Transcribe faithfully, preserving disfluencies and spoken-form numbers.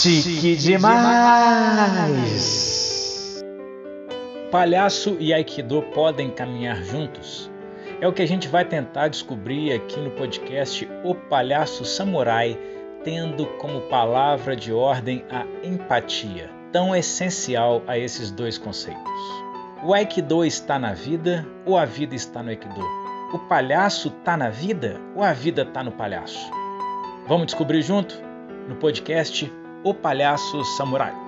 Chique demais! Palhaço e Aikido podem caminhar juntos? É o que a gente vai tentar descobrir aqui no podcast O Palhaço Samurai, tendo como palavra de ordem a empatia, tão essencial a esses dois conceitos. O Aikido está na vida ou a vida está no Aikido? O palhaço está na vida ou a vida está no palhaço? Vamos descobrir junto no podcast O Palhaço Samurai.